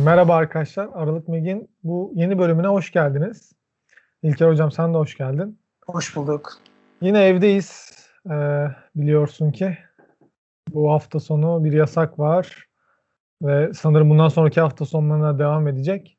Merhaba arkadaşlar, Aralık Meg'in bu yeni bölümüne hoş geldiniz. İlker Hocam sen de hoş geldin. Hoş bulduk. Yine evdeyiz. Biliyorsun ki bu hafta sonu bir yasak var ve sanırım bundan sonraki hafta sonlarına devam edecek.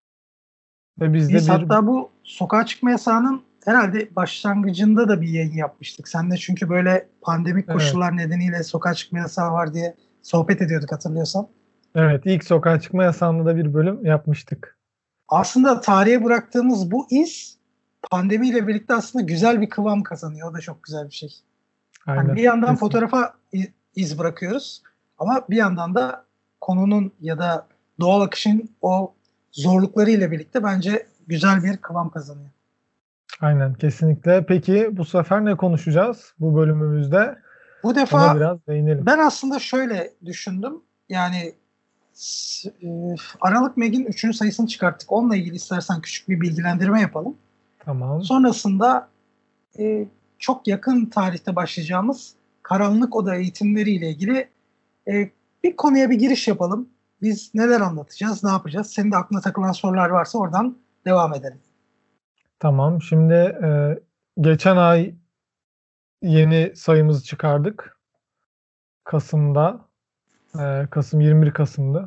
Ve biz Biz de hatta bu sokağa çıkma yasağının herhalde başlangıcında da bir yayın yapmıştık. Sen de çünkü böyle pandemik evet, koşullar nedeniyle sokağa çıkma yasağı var diye sohbet ediyorduk hatırlıyorsan. evet ilk sokağa çıkma yasağında da bir bölüm yapmıştık. Aslında tarihe bıraktığımız bu iz pandemiyle birlikte aslında güzel bir kıvam kazanıyor. O da çok güzel bir şey. Hani Aynen. bir yandan Kesin. fotoğrafa iz bırakıyoruz ama bir yandan da konunun ya da doğal akışın o zorluklarıyla birlikte bence güzel bir kıvam kazanıyor. Aynen, kesinlikle. Peki bu sefer ne konuşacağız bu bölümümüzde? Bu Ona defa biraz değinelim. ben aslında şöyle düşündüm. Yani Aralık Meg'in 3. sayısını çıkarttık. Onunla ilgili istersen küçük bir bilgilendirme yapalım. Tamam. Sonrasında çok yakın tarihte başlayacağımız Karanlık Oda eğitimleriyle ilgili bir konuya bir giriş yapalım. Biz neler anlatacağız, ne yapacağız? Senin de aklına takılan sorular varsa oradan devam edelim. Tamam. Şimdi geçen ay yeni sayımızı çıkardık. Kasım'da. Kasım 21 Kasım'dı.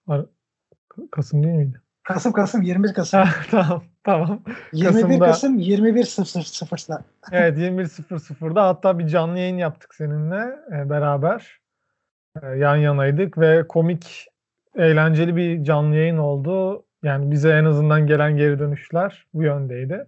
Kasım değil miydi? Kasım 21 Kasım. Tamam. 21 Kasım'da Kasım 21.00'da. evet 21.00'da hatta bir canlı yayın yaptık seninle beraber. Yan yanaydık ve komik, eğlenceli bir canlı yayın oldu. Yani bize en azından gelen geri dönüşler bu yöndeydi.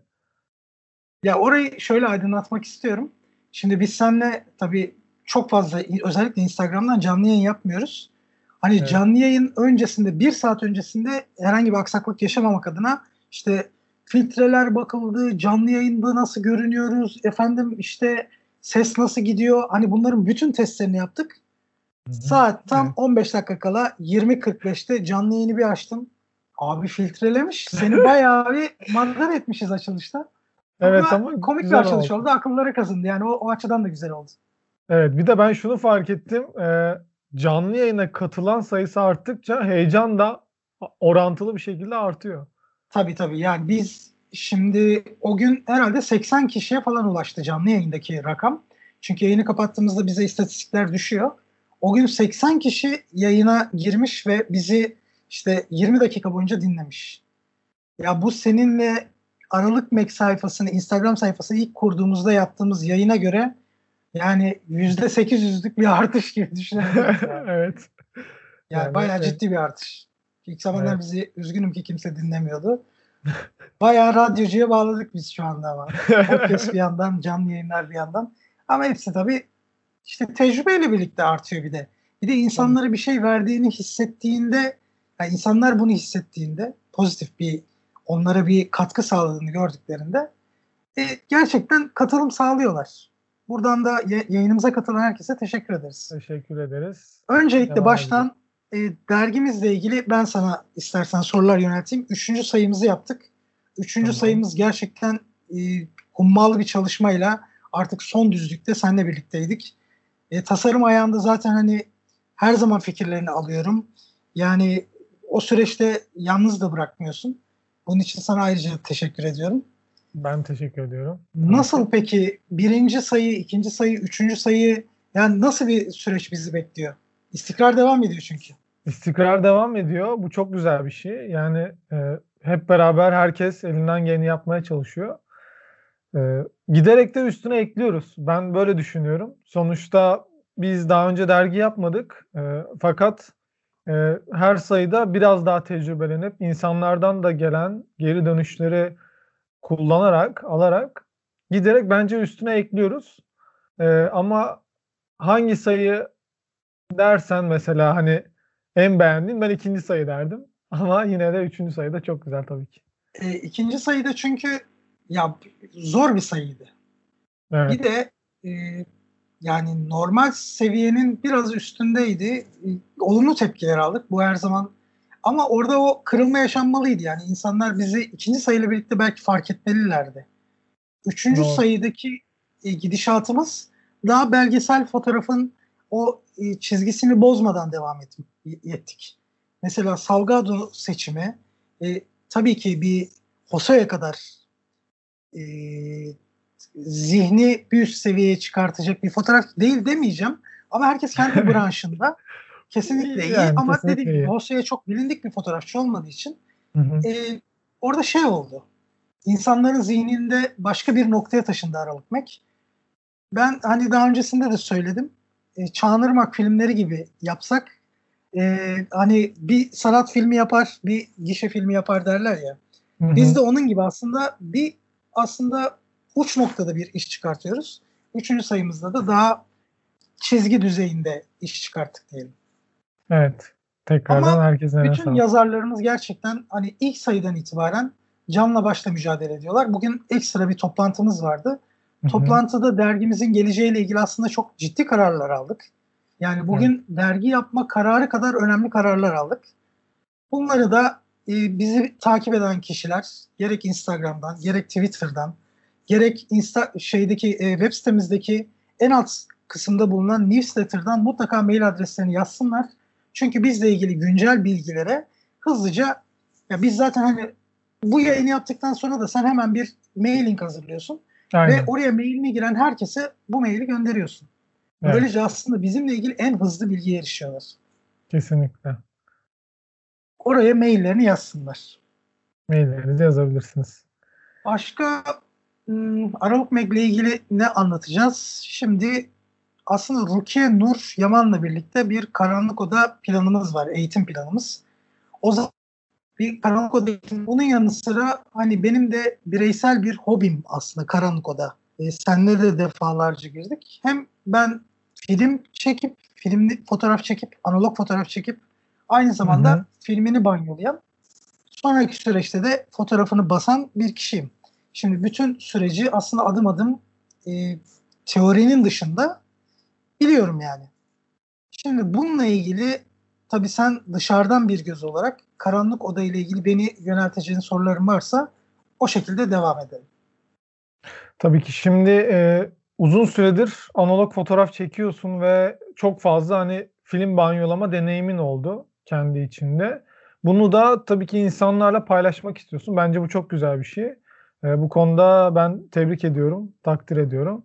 Ya orayı şöyle aydınlatmak istiyorum. Şimdi biz seninle tabii çok fazla özellikle Instagram'dan canlı yayın yapmıyoruz. Hani Evet. canlı yayın öncesinde 1 saat öncesinde herhangi bir aksaklık yaşamamak adına işte filtreler bakıldı, canlı yayında nasıl görünüyoruz, efendim işte ses nasıl gidiyor. Hani bunların bütün testlerini yaptık. Hı-hı. Saat tam Evet. 15 dakika kala 20.45'te canlı yayını bir açtım. Abi filtrelemiş. Seni bayağı bir madar etmişiz açılışta. Evet Ama ama komik bir güzel açılış oldu. oldu. Akıllara kazındı. Yani o açıdan da güzel oldu. Evet, bir de ben şunu fark ettim. Canlı yayına katılan sayısı arttıkça heyecan da orantılı bir şekilde artıyor. Tabii. Yani biz şimdi o gün herhalde 80 kişiye falan ulaştı canlı yayındaki rakam. Çünkü yayını kapattığımızda bize istatistikler düşüyor. O gün 80 kişi yayına girmiş ve bizi işte 20 dakika boyunca dinlemiş. Ya bu seninle Aralık Mek sayfasını, Instagram sayfasını ilk kurduğumuzda yaptığımız yayına göre yani %800'lük bir artış gibi düşünebiliriz yani. Evet. Yani Yani bayağı ciddi bir artış. İlk zamanlar evet. bizi üzgünüm ki kimse dinlemiyordu. Bayağı radyocuya bağladık biz şu anda ama. Podcast bir yandan, canlı yayınlar bir yandan. Ama hepsi tabii işte tecrübeyle birlikte artıyor bir de. Bir de Tabii. insanlara bir şey verdiğini hissettiğinde, yani insanlar bunu hissettiğinde, pozitif bir onlara bir katkı sağladığını gördüklerinde gerçekten katılım sağlıyorlar. Buradan da yayınımıza katılan herkese teşekkür ederiz. Teşekkür ederiz. Öncelikle Devam edelim. baştan dergimizle ilgili ben sana istersen sorular yönelteyim. 3. sayımızı yaptık. Üçüncü Tamam. sayımız gerçekten hummalı bir çalışmayla artık son düzlükte seninle birlikteydik. Tasarım ayağında zaten hani her zaman fikirlerini alıyorum. Yani o süreçte yalnız da bırakmıyorsun. Bunun için sana ayrıca teşekkür ediyorum. Ben teşekkür ediyorum. Tabii ki. Nasıl peki 1. sayı, 2. sayı, 3. sayı yani nasıl bir süreç bizi bekliyor? İstikrar devam ediyor çünkü. İstikrar devam ediyor. Bu çok güzel bir şey. Yani hep beraber herkes elinden geleni yapmaya çalışıyor. Giderek de üstüne ekliyoruz. Ben böyle düşünüyorum. Sonuçta biz daha önce dergi yapmadık. Fakat her sayıda biraz daha tecrübelenip insanlardan da gelen geri dönüşleri kullanarak, alarak giderek bence üstüne ekliyoruz. Ama hangi sayı dersen mesela hani en beğendiğim ben 2. sayı derdim. Ama yine de 3. sayı da çok güzel tabii ki. 2. sayıda çünkü ya zor bir sayıydı. Bir Evet. de e, yani normal seviyenin biraz üstündeydi. Olumlu tepkiler aldık. Bu her zaman ama orada o kırılma yaşanmalıydı. Yani insanlar bizi 2. sayıyla birlikte belki fark etmelilerdi. Üçüncü Doğru. sayıdaki gidişatımız daha belgesel fotoğrafın o çizgisini bozmadan devam ettik. mesela Salgado seçimi tabii ki bir Jose'ye kadar e, zihni bir üst seviyeye çıkartacak bir fotoğraf değil demeyeceğim. Ama herkes kendi branşında kesinlikle iyi. Yani Ama dediğim kesinlikle gibi iyi. Jose'ye çok bilindik bir fotoğrafçı olmadığı için Hı hı. orada şey oldu. İnsanların zihninde başka bir noktaya taşındı Aralık Mek. Ben hani daha öncesinde de söyledim. Çağınırmak filmleri gibi yapsak hani bir sanat filmi yapar, bir gişe filmi yapar derler ya. Hı Biz hı. de onun gibi aslında uç noktada bir iş çıkartıyoruz. Üçüncü sayımızda da daha çizgi düzeyinde iş çıkarttık diyelim. Evet. Tekrardan Ama herkese eline bütün sağlık. yazarlarımız gerçekten hani ilk sayıdan itibaren canla başla mücadele ediyorlar. Bugün ekstra bir toplantımız vardı. Hı hı. Toplantıda dergimizin geleceğiyle ilgili aslında çok ciddi kararlar aldık. Yani Evet. bugün dergi yapma kararı kadar önemli kararlar aldık. Bunları da bizi takip eden kişiler gerek Instagram'dan, gerek Twitter'dan, gerek web sitemizdeki en alt kısımda bulunan newsletter'dan mutlaka mail adreslerini yazsınlar. Çünkü bizle ilgili güncel bilgilere hızlıca biz zaten hani bu yayını yaptıktan sonra da sen hemen bir mailing hazırlıyorsun ve Aynen. oraya mailine giren herkese bu maili gönderiyorsun. Evet. Böylece aslında bizimle ilgili en hızlı bilgiye erişiyorlar. Kesinlikle. Oraya maillerini yazsınlar. Maillerinizi yazabilirsiniz. Başka Aralık Meg'le ilgili ne anlatacağız? Şimdi aslında Rukiye Nur Yaman'la birlikte bir Karanlık Oda planımız var, eğitim planımız. O zaman bir Karanlık Oda eğitim. Bunun yanı sıra hani benim de bireysel bir hobim aslında Karanlık Oda. Senle de defalarca girdik. Hem ben fotoğraf çekip, analog fotoğraf çekip aynı Hı hı. zamanda filmini banyolayan, sonraki süreçte de fotoğrafını basan bir kişiyim. Şimdi bütün süreci aslında adım adım teorinin dışında biliyorum yani. Şimdi bununla ilgili tabii sen dışarıdan bir göz olarak karanlık oda ile ilgili beni yönelteceğin soruların varsa o şekilde devam edelim. Tabii ki şimdi uzun süredir analog fotoğraf çekiyorsun ve çok fazla hani film banyolama deneyimin oldu kendi içinde. Bunu da tabii ki insanlarla paylaşmak istiyorsun. Bence bu çok güzel bir şey. Bu konuda ben tebrik ediyorum, takdir ediyorum.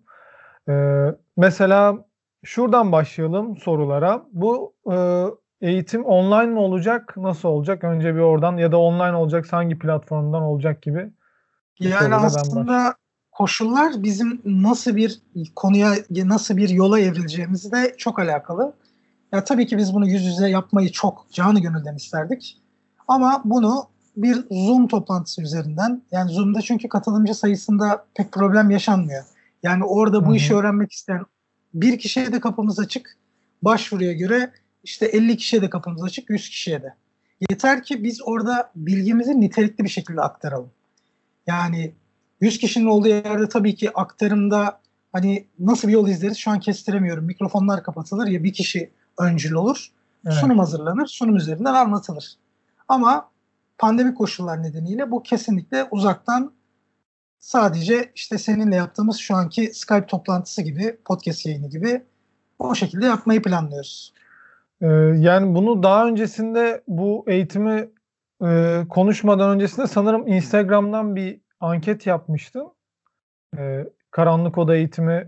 Mesela şuradan başlayalım sorulara. Bu eğitim online mi olacak, nasıl olacak? Önce bir oradan ya da online olacaksa hangi platformdan olacak gibi bir Yani soruyla ben başlayayım. aslında koşullar bizim nasıl bir konuya, nasıl bir yola evrileceğimizle çok alakalı. Ya tabii ki biz bunu yüz yüze yapmayı çok canı gönülden isterdik. Ama bunu bir Zoom toplantısı üzerinden, yani Zoom'da çünkü katılımcı sayısında pek problem yaşanmıyor. Yani Hı orada bu işi hı. öğrenmek isteyen bir kişiye de kapımız açık. Başvuruya göre işte 50 kişiye de kapımız açık, 100 kişiye de. Yeter ki biz orada bilgimizi nitelikli bir şekilde aktaralım. Yani 100 kişinin olduğu yerde tabii ki aktarımda hani nasıl bir yol izleriz şu an kestiremiyorum. Mikrofonlar kapatılır ya bir kişi öncül olur. Evet. Sunum hazırlanır. Sunum üzerinden anlatılır. Ama pandemi koşullar nedeniyle bu kesinlikle uzaktan sadece işte seninle yaptığımız şu anki Skype toplantısı gibi, podcast yayını gibi o şekilde yapmayı planlıyoruz. Yani bunu daha öncesinde bu eğitimi konuşmadan öncesinde sanırım Instagram'dan bir anket yapmıştım. Karanlık Oda eğitimi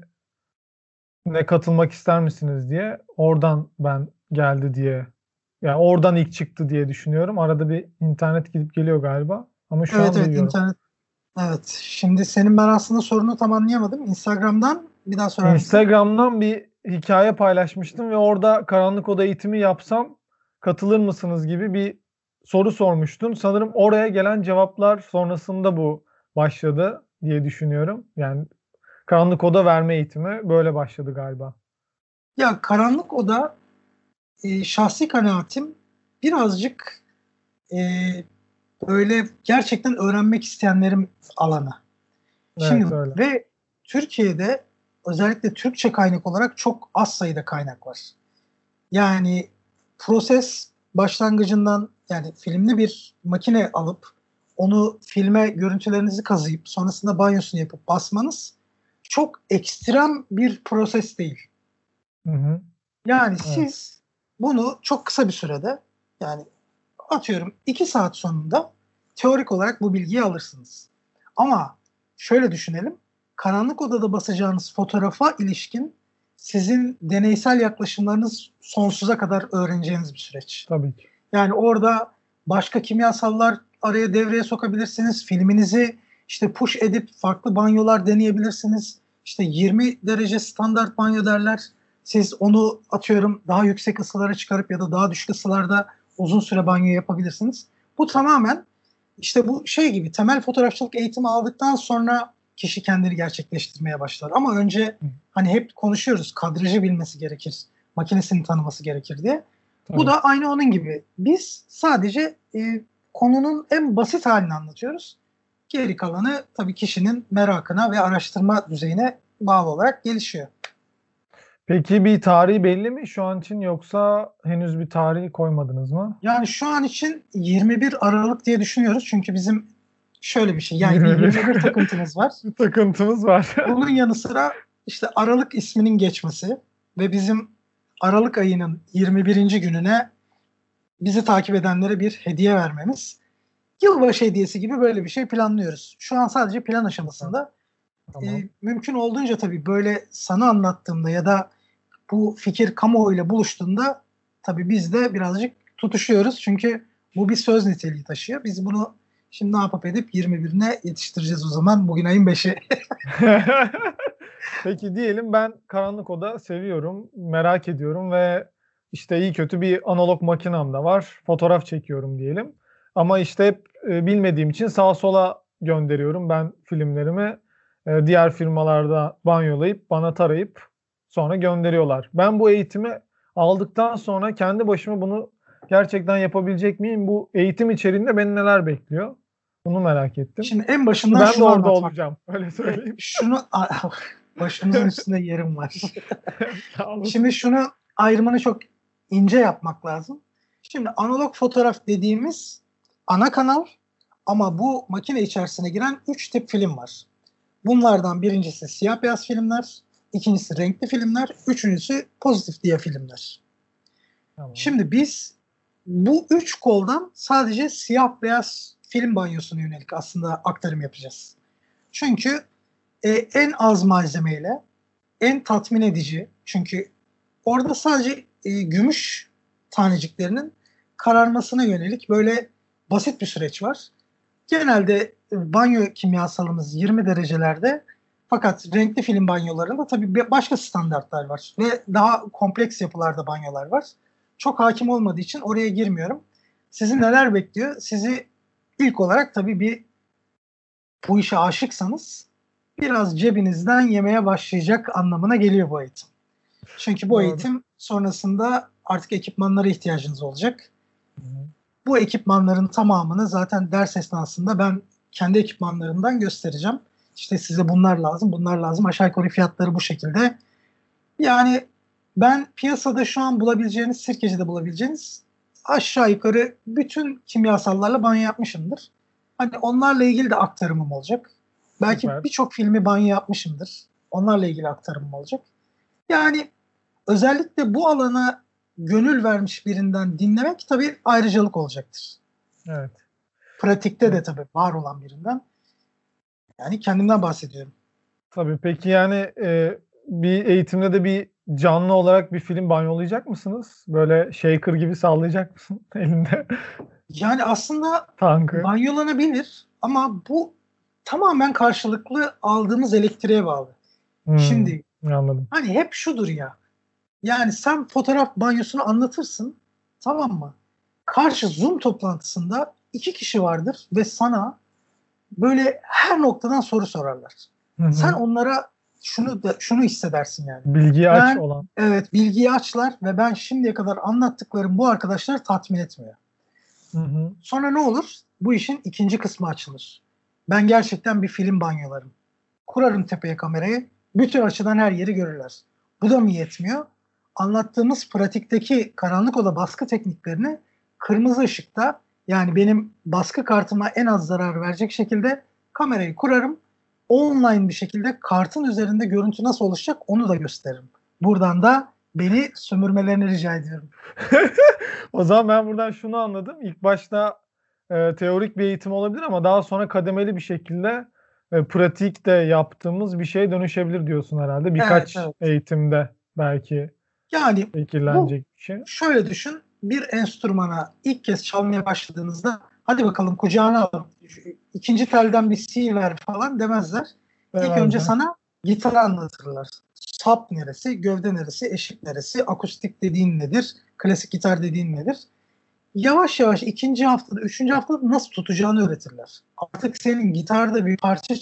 ne katılmak ister misiniz diye. Oradan ben geldi diye. Yani oradan ilk çıktı diye düşünüyorum. Arada bir internet gidip geliyor galiba. Ama şu Evet, an evet, duyuyorum. internet. Evet. Şimdi senin ben aslında sorunu tam anlayamadım. Instagram'dan bir daha sorar mısın? Instagram'dan bir hikaye paylaşmıştım ve orada karanlık oda eğitimi yapsam katılır mısınız gibi bir soru sormuştun. Sanırım oraya gelen cevaplar sonrasında bu başladı diye düşünüyorum. Yani karanlık oda verme eğitimi böyle başladı galiba. Ya karanlık oda şahsi kanaatim birazcık e, böyle gerçekten öğrenmek isteyenlerin alanı. Şimdi Evet öyle. ve Türkiye'de özellikle Türkçe kaynak olarak çok az sayıda kaynak var. Yani proses başlangıcından yani filmli bir makine alıp onu filme görüntülerinizi kazıyıp sonrasında banyosunu yapıp basmanız çok ekstrem bir proses değil. Hı hı. Yani Evet. siz bunu çok kısa bir sürede yani atıyorum 2 saat sonunda teorik olarak bu bilgiyi alırsınız. Ama şöyle düşünelim. Karanlık odada basacağınız fotoğrafa ilişkin sizin deneysel yaklaşımlarınız sonsuza kadar öğreneceğiniz bir süreç. Tabii ki. Yani orada başka kimyasallar araya devreye sokabilirsiniz. Filminizi işte push edip farklı banyolar deneyebilirsiniz. İşte 20 derece standart banyo derler. Siz onu atıyorum daha yüksek ısılara çıkarıp ya da daha düşük ısılarda uzun süre banyo yapabilirsiniz. Bu tamamen işte bu şey gibi temel fotoğrafçılık eğitimi aldıktan sonra kişi kendini gerçekleştirmeye başlar. Ama önce hani hep konuşuyoruz kadrajı bilmesi gerekir, makinesini tanıması gerekir diye. Tabii. Bu da aynı onun gibi. Biz sadece konunun en basit halini anlatıyoruz. Geri kalanı tabii kişinin merakına ve araştırma düzeyine bağlı olarak gelişiyor. Peki bir tarihi belli mi şu an için, yoksa henüz bir tarihi koymadınız mı? Yani şu an için 21 Aralık diye düşünüyoruz. Çünkü bizim şöyle bir şey. Yani 21 takıntımız var. Bir takıntımız var. Bunun yanı sıra işte Aralık isminin geçmesi ve bizim Aralık ayının 21. gününe bizi takip edenlere bir hediye vermemiz. Yılbaşı hediyesi gibi böyle bir şey planlıyoruz. Şu an sadece plan aşamasında. Tamam. Mümkün olduğunca tabii böyle sana anlattığımda ya da bu fikir kamuoyuyla buluştuğunda tabii biz de birazcık tutuşuyoruz. Çünkü bu bir söz niteliği taşıyor. Biz bunu şimdi ne yapıp edip 21'ine yetiştireceğiz o zaman. Bugün ayın 5'i. Peki diyelim ben karanlık oda seviyorum, merak ediyorum ve işte iyi kötü bir analog makinem de var. Fotoğraf çekiyorum diyelim. Ama işte hep bilmediğim için sağa sola gönderiyorum ben filmlerimi. Diğer firmalarda banyolayıp bana tarayıp sonra gönderiyorlar. Ben bu eğitimi aldıktan sonra kendi başıma bunu gerçekten yapabilecek miyim? Bu eğitim içeriğinde beni neler bekliyor? Bunu merak ettim. Şimdi en başından Ben de şunu orada anlatmak. olacağım. Öyle söyleyeyim. Şunu başımızın üstünde yerim var. Sağ olun. Şimdi şunu ayrımını çok ince yapmak lazım. Şimdi analog fotoğraf dediğimiz ana kanal ama bu makine içerisine giren 3 tip film var. Bunlardan birincisi siyah beyaz filmler, ikincisi renkli filmler, üçüncüsü pozitif diye filmler. Tamam. Şimdi biz bu 3 koldan sadece siyah beyaz film banyosuna yönelik aslında aktarım yapacağız. Çünkü en az malzemeyle, en tatmin edici, çünkü orada sadece gümüş taneciklerinin kararmasına yönelik böyle basit bir süreç var. Genelde banyo kimyasalımız 20 derecelerde, fakat renkli film banyolarında tabii başka standartlar var ve daha kompleks yapılarda banyolar var. Çok hakim olmadığı için oraya girmiyorum. Sizi neler bekliyor? Sizi ilk olarak tabii bu işe aşıksanız biraz cebinizden yemeye başlayacak anlamına geliyor bu eğitim. Çünkü bu Doğru. eğitim sonrasında artık ekipmanlara ihtiyacınız olacak. Hı. Bu ekipmanların tamamını zaten ders esnasında ben kendi ekipmanlarımdan göstereceğim. İşte size bunlar lazım, bunlar lazım. Aşağı yukarı fiyatları bu şekilde. Yani ben piyasada şu an bulabileceğiniz, Sirkeci'de bulabileceğiniz aşağı yukarı bütün kimyasallarla banyo yapmışımdır. Hani onlarla ilgili de aktarımım olacak. Belki Süper. birçok filmi banyo yapmışımdır. Onlarla ilgili aktarımım olacak. Yani özellikle bu alana gönül vermiş birinden dinlemek tabii ayrıcalık olacaktır. Evet. Pratikte de tabii var olan birinden. Yani kendimden bahsediyorum. Tabii. Peki yani bir eğitimde de bir canlı olarak bir film banyolayacak mısınız? Böyle shaker gibi sallayacak mısın elinde Yani aslında tankı? banyolanabilir ama bu tamamen karşılıklı aldığımız elektriğe bağlı. Şimdi Anladım. hani hep şudur ya. Yani sen fotoğraf banyosunu anlatırsın, tamam mı? Karşı Zoom toplantısında 2 kişi vardır ve sana böyle her noktadan soru sorarlar. Hı hı. Sen onlara şunu hissedersin yani. Bilgiyi aç olan. Evet, bilgiyi açlar ve ben şimdiye kadar anlattıklarım bu arkadaşları tatmin etmiyor. Hı hı. Sonra ne olur? Bu işin ikinci kısmı açılır. Ben gerçekten bir film banyolarım. Kurarım tepeye kamerayı. Bütün açıdan her yeri görürler. Bu da mı yetmiyor? Anlattığımız pratikteki karanlık oda baskı tekniklerini kırmızı ışıkta, yani benim baskı kartıma en az zarar verecek şekilde kamerayı kurarım. Online bir şekilde kartın üzerinde görüntü nasıl oluşacak onu da gösteririm. Buradan da beni sömürmelerini rica ediyorum. O zaman ben buradan şunu anladım. İlk başta teorik bir eğitim olabilir ama daha sonra kademeli bir şekilde pratik de yaptığımız bir şeye dönüşebilir diyorsun herhalde. Evet, Birkaç evet. eğitimde belki Yani bu şekillenecek bir şey. şöyle düşün. Bir enstrümana ilk kez çalmaya başladığınızda hadi bakalım kucağına alın. İkinci telden bir C ver falan demezler. İlk önce Demezler. sana gitarı anlatırlar. Sap neresi, gövde neresi, eşik neresi, akustik dediğin nedir, klasik gitar dediğin nedir? Yavaş yavaş ikinci haftada, üçüncü haftada nasıl tutacağını öğretirler. Artık senin gitarda bir parça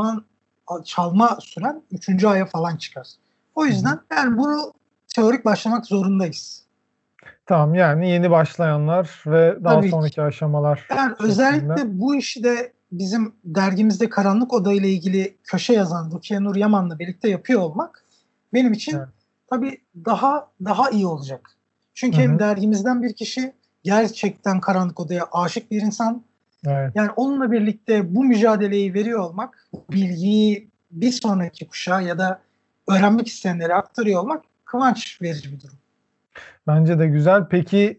çalma süren üçüncü aya falan çıkar. O yüzden yani bunu teorik başlamak zorundayız. Tamam, yani yeni başlayanlar ve daha Tabii ki. sonraki aşamalar Yani şeklinde. özellikle bu işi de bizim dergimizde Karanlık Oda ile ilgili köşe yazan Rukiye Nur Yaman'la birlikte yapıyor olmak benim için Evet. tabii daha iyi olacak. Çünkü Hı hem hı. dergimizden bir kişi gerçekten Karanlık Oda'ya aşık bir insan. Evet. Yani onunla birlikte bu mücadeleyi veriyor olmak, bilgiyi bir sonraki kuşağa ya da öğrenmek isteyenlere aktarıyor olmak kıvanç verici bir durum. Bence de güzel. Peki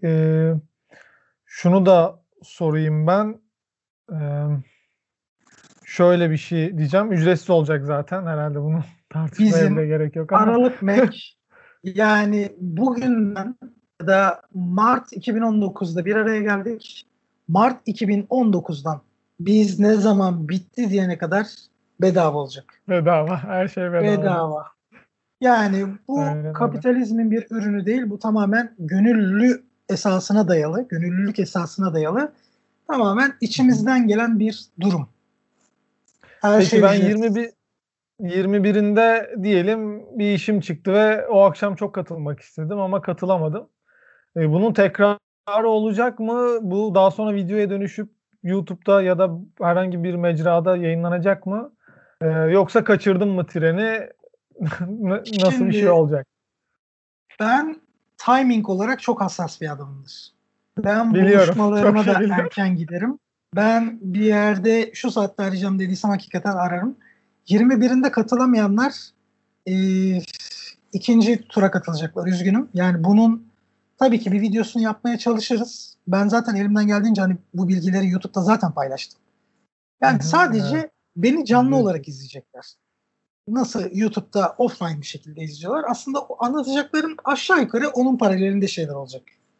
şunu da sorayım ben. E, Şöyle bir şey diyeceğim. Ücretsiz olacak zaten. Herhalde bunu tartışmaya bile Bizim gerek yok ama. Aralık Mek yani bugünden ya da Mart 2019'da bir araya geldik. Mart 2019'dan biz ne zaman bitti diyene kadar bedava olacak. Bedava. Her şey bedava. Bedava. Yani bu Aynen öyle. kapitalizmin bir ürünü değil. Bu tamamen gönüllü esasına dayalı, gönüllülük esasına dayalı. Tamamen içimizden gelen bir durum. Her Peki şey ben ücretsiz. 21'inde diyelim bir işim çıktı ve o akşam çok katılmak istedim ama katılamadım. Bunun tekrarı olacak mı? Bu daha sonra videoya dönüşüp YouTube'da ya da herhangi bir mecrada yayınlanacak mı? Yoksa kaçırdım mı treni? Nasıl bir şey Şimdi olacak? ben timing olarak çok hassas bir adamımdır. Ben Biliyorum. Çok buluşmalarıma iyi da biliyorum. erken giderim. Ben bir yerde şu saatte arayacağım dediysem hakikaten ararım. 21'inde katılamayanlar e, ikinci tura katılacaklar. Üzgünüm. Yani bunun tabii ki bir videosunu yapmaya çalışırız. Ben zaten elimden geldiğince hani bu bilgileri YouTube'da zaten paylaştım. Hı Yani hı, evet. sadece beni canlı olarak Ücretsiz. izleyecekler. Nasıl YouTube'da offline bir şekilde izliyorlar. Aslında o anlatacaklarım aşağı yukarı onun paralelinde şeyler olacak.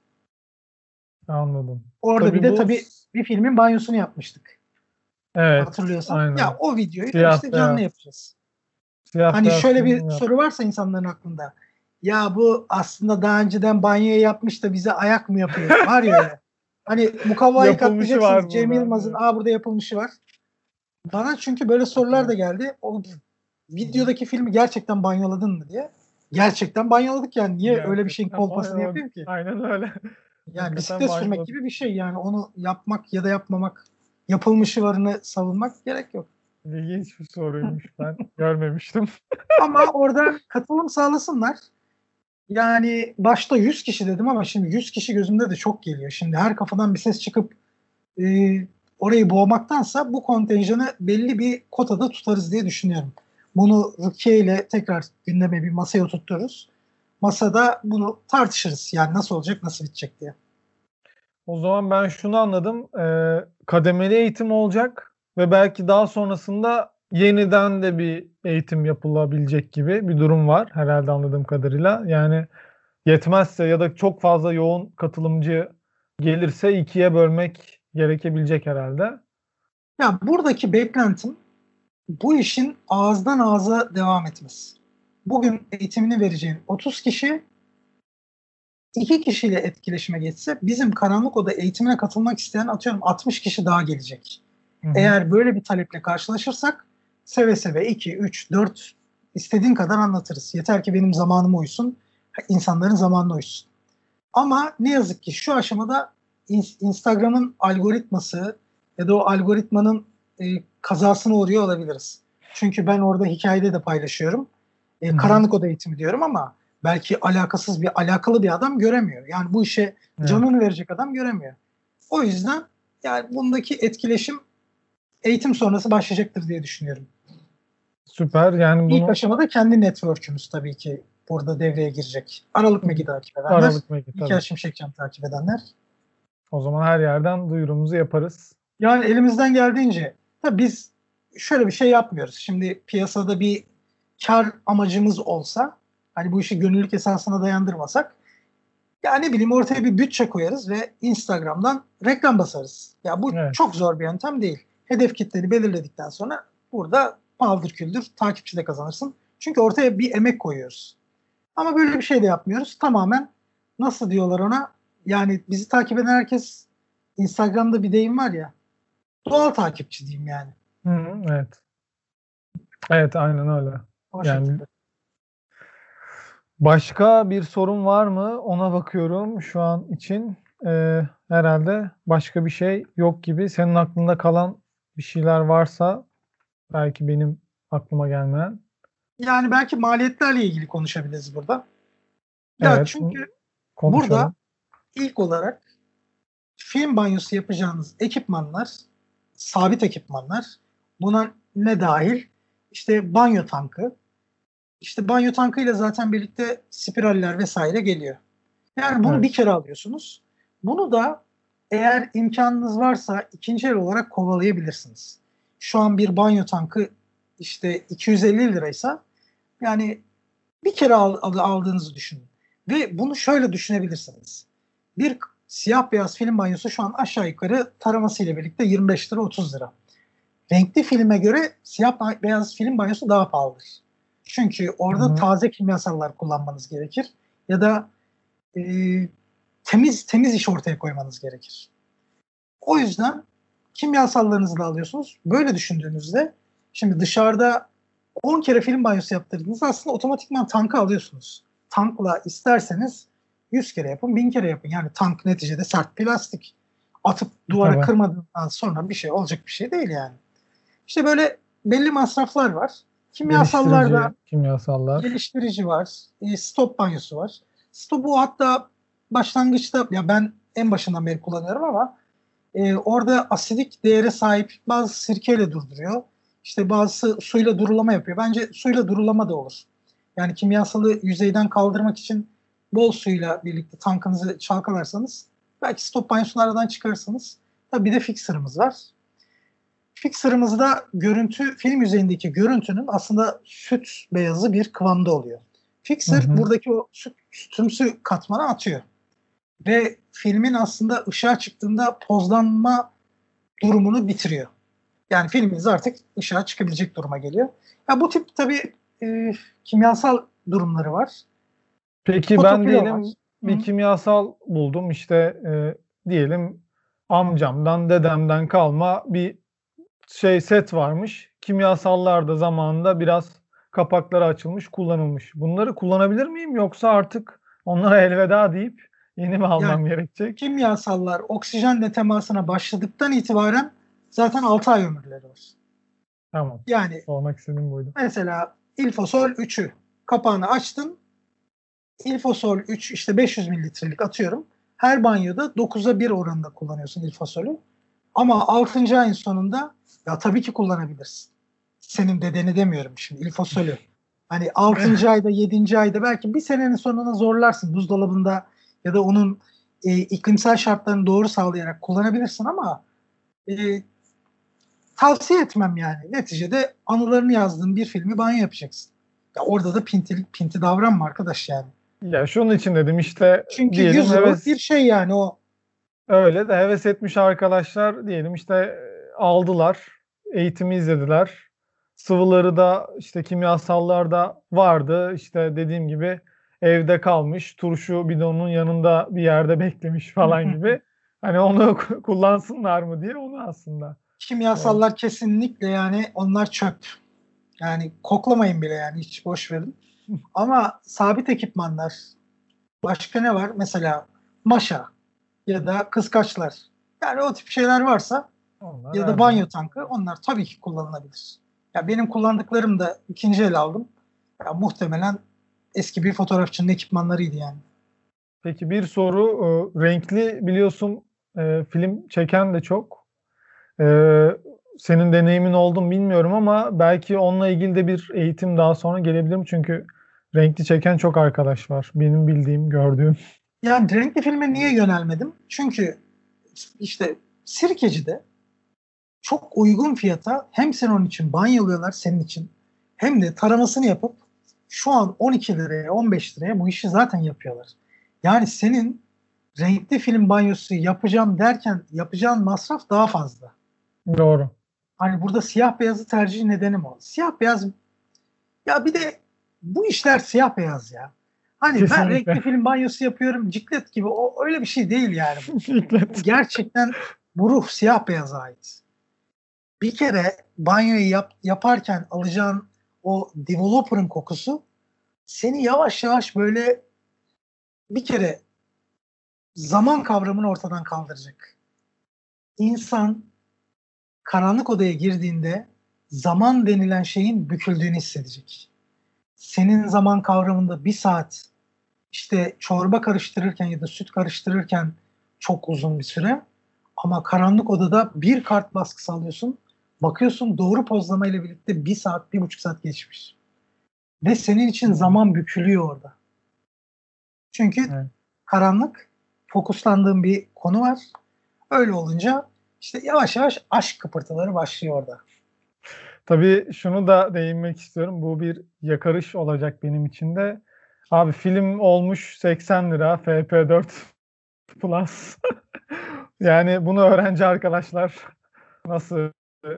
Anladım. Orada bir Tabii de bu tabii bir filmin banyosunu yapmıştık. evet, Hatırlıyorsan. Ya aynen. o videoyu da Siyah işte canlı beyaz. yapacağız. Siyah Hani beyaz şöyle bir film yap. soru varsa insanların aklında. Ya bu aslında daha önceden banyoyu yapmış da bize ayak mı yapıyor? Var ya öyle. Hani mukavvayı Yapılmışı katlayacaksınız. var Cem burada. Yılmaz'ın Evet. burada yapılmışı var. Bana çünkü böyle sorular da geldi. O videodaki filmi gerçekten banyoladın mı diye. Gerçekten banyoladık yani. Niye öyle bir şeyin Gerçekten kolpasını banyo. yapayım ki? Aynen öyle. Yani Hakikaten bisiklet sürmek banyo. gibi bir şey yani. Onu yapmak ya da yapmamak, yapılmışı varını savunmak gerek yok. İlginç bir soruymuş. Ben görmemiştim. Ama orada katılım sağlasınlar. Yani başta 100 kişi dedim ama şimdi 100 kişi gözümde de çok geliyor. Şimdi her kafadan bir ses çıkıp e, orayı boğmaktansa bu kontenjanı belli bir kotada tutarız diye düşünüyorum. Bunu Rukiye ile tekrar gündeme bir masaya oturturuz. Masada bunu tartışırız. Yani nasıl olacak, nasıl bitecek diye. O zaman ben şunu anladım. Kademeli eğitim olacak ve belki daha sonrasında yeniden de bir eğitim yapılabilecek gibi bir durum var herhalde anladığım kadarıyla. Yani yetmezse ya da çok fazla yoğun katılımcı gelirse ikiye bölmek gerekebilecek herhalde. Ya buradaki beklentim bu işin ağızdan ağza devam etmesi. Bugün eğitimini vereceğin 30 kişi 2 kişiyle etkileşime geçse bizim Karanlık Oda eğitimine katılmak isteyen atıyorum 60 kişi daha gelecek. Hı hı. Eğer böyle bir taleple karşılaşırsak seve seve 2, 3, 4 istediğin kadar anlatırız. Yeter ki benim zamanıma uysun, insanların zamanına uysun. Ama ne yazık ki şu aşamada Instagram'ın algoritması ya da o algoritmanın kazasına uğruyor olabiliriz. Çünkü ben orada hikayede de paylaşıyorum. Hı hı. Karanlık Oda eğitimi diyorum ama belki alakalı bir adam göremiyor. Yani bu işe Evet. canını verecek adam göremiyor. O yüzden yani bundaki etkileşim eğitim sonrası başlayacaktır diye düşünüyorum. Süper. Yani İlk bunu aşamada kendi network'ümüz tabii ki burada devreye girecek. Aralık Meg'i takip edenler, Aralık Meg'i İlker tabii. Şimşekcan takip edenler. O zaman her yerden duyurumuzu yaparız. Yani elimizden geldiğince tabii biz şöyle bir şey yapmıyoruz. Şimdi piyasada bir kar amacımız olsa, hani bu işi gönüllülük esasına dayandırmasak, ya ne bileyim ortaya bir bütçe koyarız ve Instagram'dan reklam basarız. Ya bu Evet. çok zor bir yöntem değil. Hedef kitleni belirledikten sonra burada paldır küldür takipçi de kazanırsın. Çünkü ortaya bir emek koyuyoruz. Ama böyle bir şey de yapmıyoruz. Tamamen nasıl diyorlar ona? Yani bizi takip eden herkes, Instagram'da bir deyim var ya, doğal takipçi diyeyim yani. Evet. Evet, aynen öyle. O Yani şekilde. başka bir sorun var mı? Ona bakıyorum şu an için. Herhalde başka bir şey yok gibi. Senin aklında kalan bir şeyler varsa belki benim aklıma gelmeyen. Yani belki maliyetlerle ilgili konuşabiliriz burada. Ya Evet, çünkü konuşalım. burada ilk olarak film banyosu yapacağınız ekipmanlar, sabit ekipmanlar. Buna ne dahil? İşte banyo tankı. İşte banyo tankıyla zaten birlikte spiraller vesaire geliyor. Yani bunu Evet. bir kere alıyorsunuz. Bunu da eğer imkanınız varsa ikinci el olarak kovalayabilirsiniz. Şu an bir banyo tankı işte 250 liraysa yani bir kere aldığınızı düşünün. Ve bunu şöyle düşünebilirsiniz. Bir siyah beyaz film banyosu şu an aşağı yukarı taramasıyla birlikte 25 lira 30 lira. Renkli filme göre siyah beyaz film banyosu daha pahalıdır. Çünkü orada taze kimyasallar kullanmanız gerekir. Ya da e, temiz iş ortaya koymanız gerekir. O yüzden kimyasallarınızı da alıyorsunuz. Böyle düşündüğünüzde şimdi dışarıda 10 kere film banyosu yaptırdığınızda aslında otomatikman tankı alıyorsunuz. Tankla isterseniz 100 kere yapın, 1000 kere yapın. Yani tank neticede sert plastik. Atıp duvara Tabii. kırmadığından sonra bir şey olacak bir şey değil yani. İşte böyle belli masraflar var. Kimyasallarda Kimyasallar. geliştirici var. Stop banyosu var. Stop'u hatta başlangıçta ya ben en başından beri kullanıyorum ama orada asidik değere sahip, bazı sirkeyle durduruyor. İşte bazısı suyla durulama yapıyor. Bence suyla durulama da olur. Yani kimyasalı yüzeyden kaldırmak için bol suyla birlikte tankınızı çalkalarsanız belki stop banyosunu aradan çıkarırsınız. Tabii bir de fixer'ımız var. Fixer'ımızda görüntü, film yüzeyindeki görüntünün aslında süt beyazı bir kıvamda oluyor. Fixer buradaki o sütümsü katmanı atıyor. Ve filmin aslında ışığa çıktığında pozlanma durumunu bitiriyor. Yani filminiz artık ışığa çıkabilecek duruma geliyor. Ya bu tip tabii kimyasal durumları var. Peki ben Fotopilo var. diyelim bir kimyasal buldum işte diyelim amcamdan dedemden kalma bir set varmış. Kimyasallar da zamanında biraz kapakları açılmış kullanılmış. Bunları kullanabilir miyim yoksa artık onlara elveda deyip yeni mi almam Yani gerekecek? kimyasallar oksijenle temasına başladıktan itibaren zaten 6 ay ömürleri var. Tamam. Yani Sormak istediğim buydu. mesela İlfosol 3'ü kapağını açtın. İlfosol 3 işte 500 mililitrelik atıyorum. Her banyoda 9'a 1 oranında kullanıyorsun ilfosolü. Ama 6. ayın sonunda ya tabii ki kullanabilirsin. Senin dedeni demiyorum şimdi ilfosolü. Hani 6. ayda 7. ayda belki bir senenin sonuna zorlarsın buzdolabında ya da onun iklimsel şartlarını doğru sağlayarak kullanabilirsin ama tavsiye etmem yani. Neticede anılarını yazdığın bir filmi banyo yapacaksın. Ya orada da pinti davranma arkadaş yani. Ya şunun için dedim işte Çünkü diyelim 100 liralık bir şey yani o. öyle de heves etmiş arkadaşlar diyelim işte aldılar, eğitimi izlediler. Sıvıları da işte kimyasallar da vardı. İşte dediğim gibi evde kalmış, turşu bidonunun yanında bir yerde beklemiş falan gibi. Hani onu kullansınlar mı diye onu aslında. Kimyasallar kesinlikle yani onlar çöp. Yani koklamayın bile yani hiç boş verin. Ama sabit ekipmanlar başka ne var? Mesela maşa ya da kıskaçlar. Yani o tip şeyler varsa Onlar ya her da zaman. banyo tankı onlar tabii ki kullanılabilir. Ya benim kullandıklarım da ikinci el aldım. Ya muhtemelen eski bir fotoğrafçının ekipmanlarıydı yani. Peki bir soru, renkli biliyorsun film çeken de çok. Senin deneyimin oldu mu bilmiyorum ama belki onunla ilgili de bir eğitim daha sonra gelebilir mi? Çünkü renkli çeken çok arkadaş var. Benim bildiğim, gördüğüm. Yani renkli filme niye yönelmedim? Çünkü işte Sirkeci'de çok uygun fiyata hem sen onun için banyo alıyorlar senin için hem de taramasını yapıp şu an 12 liraya 15 liraya bu işi zaten yapıyorlar. Yani senin renkli film banyosu yapacağım derken yapacağın masraf daha fazla. Doğru. Hani burada siyah beyazı tercih nedenim o. Siyah beyaz ya bir de bu işler siyah beyaz ya. Hani ben Kesinlikle. renkli film banyosu yapıyorum ciklet gibi o öyle bir şey değil yani. Gerçekten bu ruh siyah beyaza ait. Bir kere banyoyu yaparken alacağın o developer'ın kokusu seni yavaş yavaş böyle bir kere zaman kavramını ortadan kaldıracak. İnsan karanlık odaya girdiğinde zaman denilen şeyin büküldüğünü hissedecek. Senin zaman kavramında bir saat işte çorba karıştırırken ya da süt karıştırırken çok uzun bir süre ama karanlık odada bir kart baskısı alıyorsun. Bakıyorsun doğru pozlama ile birlikte 1 saat, 1,5 saat geçmiş. Ve senin için zaman bükülüyor orada. Çünkü Evet. karanlık, fokuslandığın bir konu var. Öyle olunca işte yavaş yavaş aşk kıpırtıları başlıyor orada. Tabii şunu da değinmek istiyorum. Bu bir yakarış olacak benim için de. Abi film olmuş 80 lira FP4 Plus. Yani bunu öğrenci arkadaşlar nasıl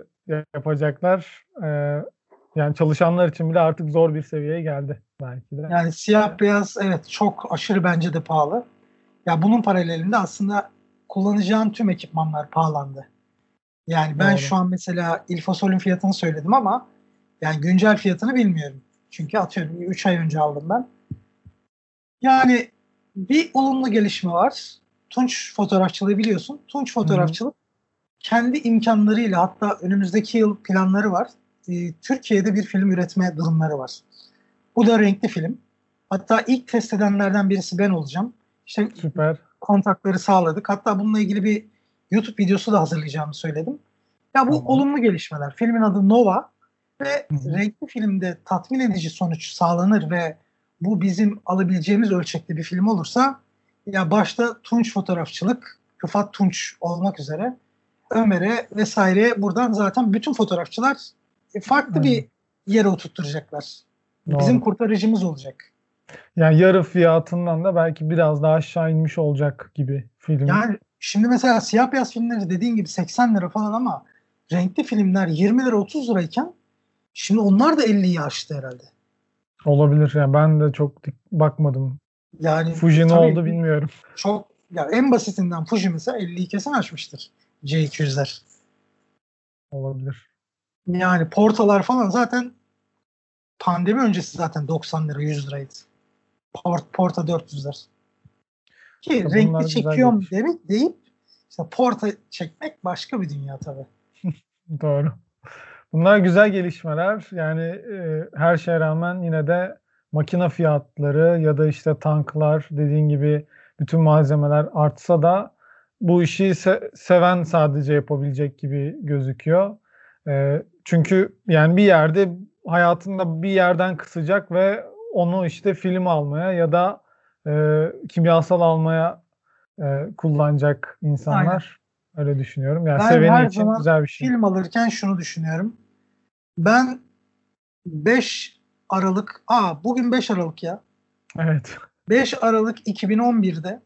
yapacaklar? Yani çalışanlar için bile artık zor bir seviyeye geldi belki de. Yani siyah beyaz evet çok aşırı bence de pahalı. Ya bunun paralelinde aslında kullanacağın tüm ekipmanlar pahalandı. Yani ben Doğru. şu an mesela İlfosol'ün fiyatını söyledim ama yani güncel fiyatını bilmiyorum. Çünkü atıyorum 3 ay önce aldım ben. Yani bir olumlu gelişme var. Tunç fotoğrafçılığı biliyorsun. Tunç Hı-hı. fotoğrafçılık kendi imkanlarıyla hatta önümüzdeki yıl planları var. Türkiye'de bir film üretme durumları var. Bu da renkli film. Hatta ilk test edenlerden birisi ben olacağım. İşte Süper. kontakları sağladık. Hatta bununla ilgili bir YouTube videosu da hazırlayacağımı söyledim. Ya bu Tamam. olumlu gelişmeler. Filmin adı Nova ve Hı-hı. renkli filmde tatmin edici sonuç sağlanır ve bu bizim alabileceğimiz ölçekte bir film olursa ya başta Tunç fotoğrafçılık, Rıfat Tunç olmak üzere Ömer'e vesaire buradan zaten bütün fotoğrafçılar farklı bir yere oturtturacaklar. Bizim Doğru. kurtarıcımız olacak. Yani yarı fiyatından da belki biraz daha aşağı inmiş olacak gibi film. Yani şimdi mesela siyah beyaz filmleri dediğin gibi 80 lira falan ama renkli filmler 20 lira 30 lirayken şimdi onlar da 50'yi aştı herhalde. Olabilir. Yani ben de çok bakmadım. Yani Fuji ne tabii oldu bilmiyorum. çok ya en basitinden Fuji mesela 50'yi kesin aşmıştır. C200'ler. Olabilir. Yani Portalar falan zaten pandemi öncesi zaten 90 lira 100 liraydı. Porta 400'ler. Ki Tabii bunlar renkli güzel çekiyorum gelişme. deyip işte Porta çekmek başka bir dünya tabii. Doğru. Bunlar güzel gelişmeler. Yani her şeye rağmen yine de makine fiyatları ya da işte tanklar dediğin gibi bütün malzemeler artsa da bu işi seven sadece yapabilecek gibi gözüküyor. Çünkü yani bir yerde hayatında bir yerden kısacak ve onu işte film almaya ya da kimyasal almaya kullanacak Aynen. insanlar. Öyle düşünüyorum. Yani Ben seveni her için zaman güzel bir şey. film alırken şunu düşünüyorum. Ben 5 Aralık, bugün 5 Aralık ya. Evet. 5 Aralık 2011'de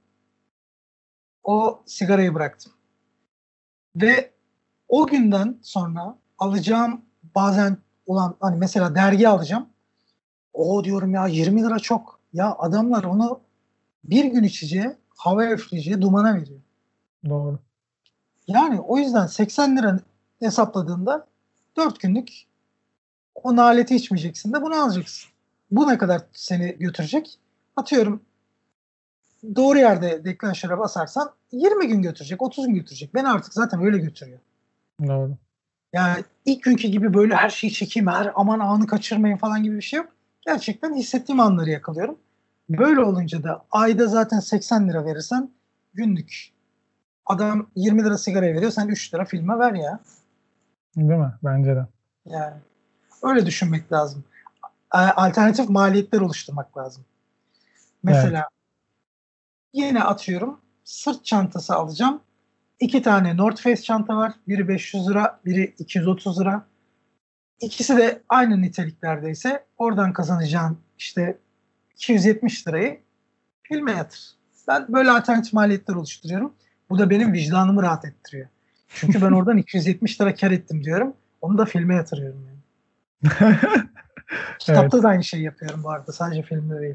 o sigarayı bıraktım. Ve o günden sonra alacağım bazen olan hani mesela dergi alacağım. O diyorum ya 20 lira çok. Ya adamlar onu bir gün içeceği, hava üfleyeceği dumana veriyor. Doğru. Yani o yüzden 80 lira hesapladığında 4 günlük o naleti içmeyeceksin de bunu alacaksın. Bu ne kadar seni götürecek? Atıyorum doğru yerde deklanşöre basarsan 20 gün götürecek, 30 gün götürecek. Beni artık zaten öyle götürüyor. Doğru. Yani ilk günkü gibi böyle her şeyi çekeyim, her aman anı kaçırmayın falan gibi bir şey yok. Gerçekten hissettiğim anları yakalıyorum. Böyle olunca da ayda zaten 80 lira verirsen günlük adam 20 lira sigara veriyor, sen 3 lira filme ver ya. Değil mi? Bence de. Yani öyle düşünmek lazım. alternatif maliyetler oluşturmak lazım. Mesela yine atıyorum sırt çantası alacağım. 2 tane North Face çanta var. Biri 500 lira, biri 230 lira. İkisi de aynı niteliklerdeyse oradan kazanacağın işte 270 lirayı filme yatır. Ben böyle alternatif maliyetler oluşturuyorum. Bu da benim vicdanımı rahat ettiriyor. Çünkü ben oradan 270 lira kar ettim diyorum. Onu da filme yatırıyorum yani. Kitapta da aynı şeyi yapıyorum bu arada. Sadece filmde değil.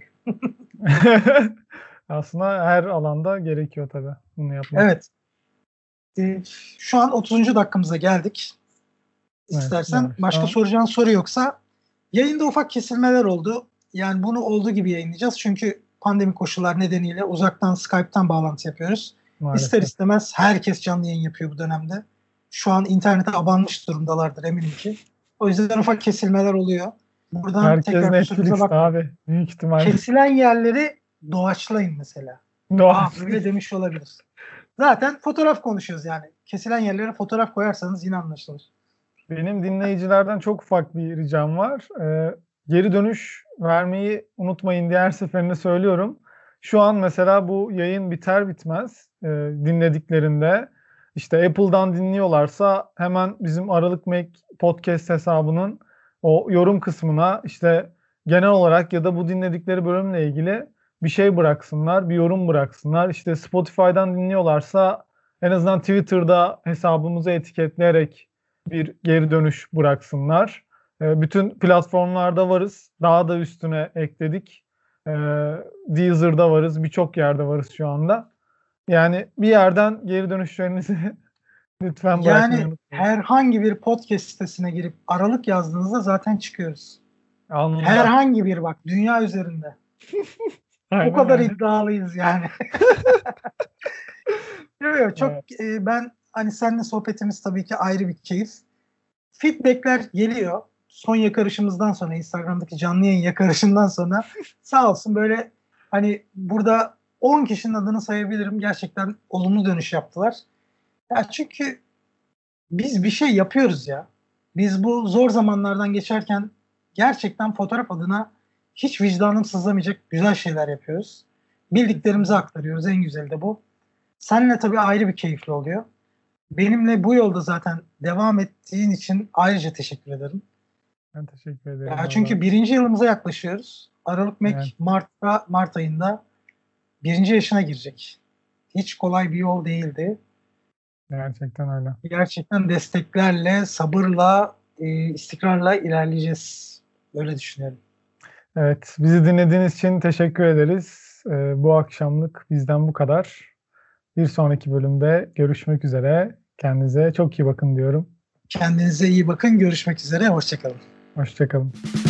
Aslında her alanda gerekiyor tabii bunu yapmak. Evet. Şu an 30. dakikamıza geldik. İstersen evet, başka soracağın soru yoksa yayında ufak kesilmeler oldu. Yani bunu olduğu gibi yayınlayacağız. Çünkü pandemi koşullar nedeniyle uzaktan Skype'tan bağlantı yapıyoruz. Maalesef. İster istemez herkes canlı yayın yapıyor bu dönemde. Şu an internete abanmış durumdalardır eminim ki. O yüzden ufak kesilmeler oluyor. Buradan herkes tekrar Netflix abi. Büyük ihtimalle. Kesilen yerleri doğaçlayın mesela. Böyle demiş olabilir. Zaten fotoğraf konuşuyoruz yani. Kesilen yerlere fotoğraf koyarsanız yine anlaşılır. Benim dinleyicilerden çok ufak bir ricam var. Geri dönüş vermeyi unutmayın diye her seferinde söylüyorum. Şu an mesela bu yayın biter bitmez dinlediklerinde işte Apple'dan dinliyorlarsa hemen bizim Aralık Mac Podcast hesabının o yorum kısmına işte genel olarak ya da bu dinledikleri bölümle ilgili bir şey bıraksınlar, bir yorum bıraksınlar. İşte Spotify'dan dinliyorlarsa en azından Twitter'da hesabımızı etiketleyerek bir geri dönüş bıraksınlar. Bütün platformlarda varız. Daha da üstüne ekledik. Deezer'da varız. Birçok yerde varız şu anda. Yani bir yerden geri dönüşlerinizi lütfen bırakmayın. Yani herhangi bir podcast sitesine girip Aralık yazdığınızda zaten çıkıyoruz. Anladım. Herhangi bir bak dünya üzerinde. O kadar iddialıyız yani. Çok ben hani seninle sohbetimiz tabii ki ayrı bir keyif. Feedbackler geliyor. Son yakarışımızdan sonra Instagram'daki canlı yayın yakarışından sonra sağ olsun böyle hani burada 10 kişinin adını sayabilirim. Gerçekten olumlu dönüş yaptılar. Ya çünkü biz bir şey yapıyoruz ya. Biz bu zor zamanlardan geçerken gerçekten fotoğraf adına hiç vicdanım sızlamayacak güzel şeyler yapıyoruz. Bildiklerimizi aktarıyoruz. En güzeli de bu. Seninle tabii ayrı bir keyifli oluyor. Benimle bu yolda zaten devam ettiğin için ayrıca teşekkür ederim. Ben teşekkür ederim. Ya çünkü 1. yılımıza yaklaşıyoruz. Aralık Mac Mart ayında 1. yaşına girecek. Hiç kolay bir yol değildi. Gerçekten öyle. Gerçekten desteklerle, sabırla, istikrarla ilerleyeceğiz. Öyle düşünüyorum. Evet, bizi dinlediğiniz için teşekkür ederiz. Bu akşamlık bizden bu kadar. Bir sonraki bölümde görüşmek üzere. Kendinize çok iyi bakın diyorum. Kendinize iyi bakın. Görüşmek üzere. Hoşçakalın. Hoşçakalın.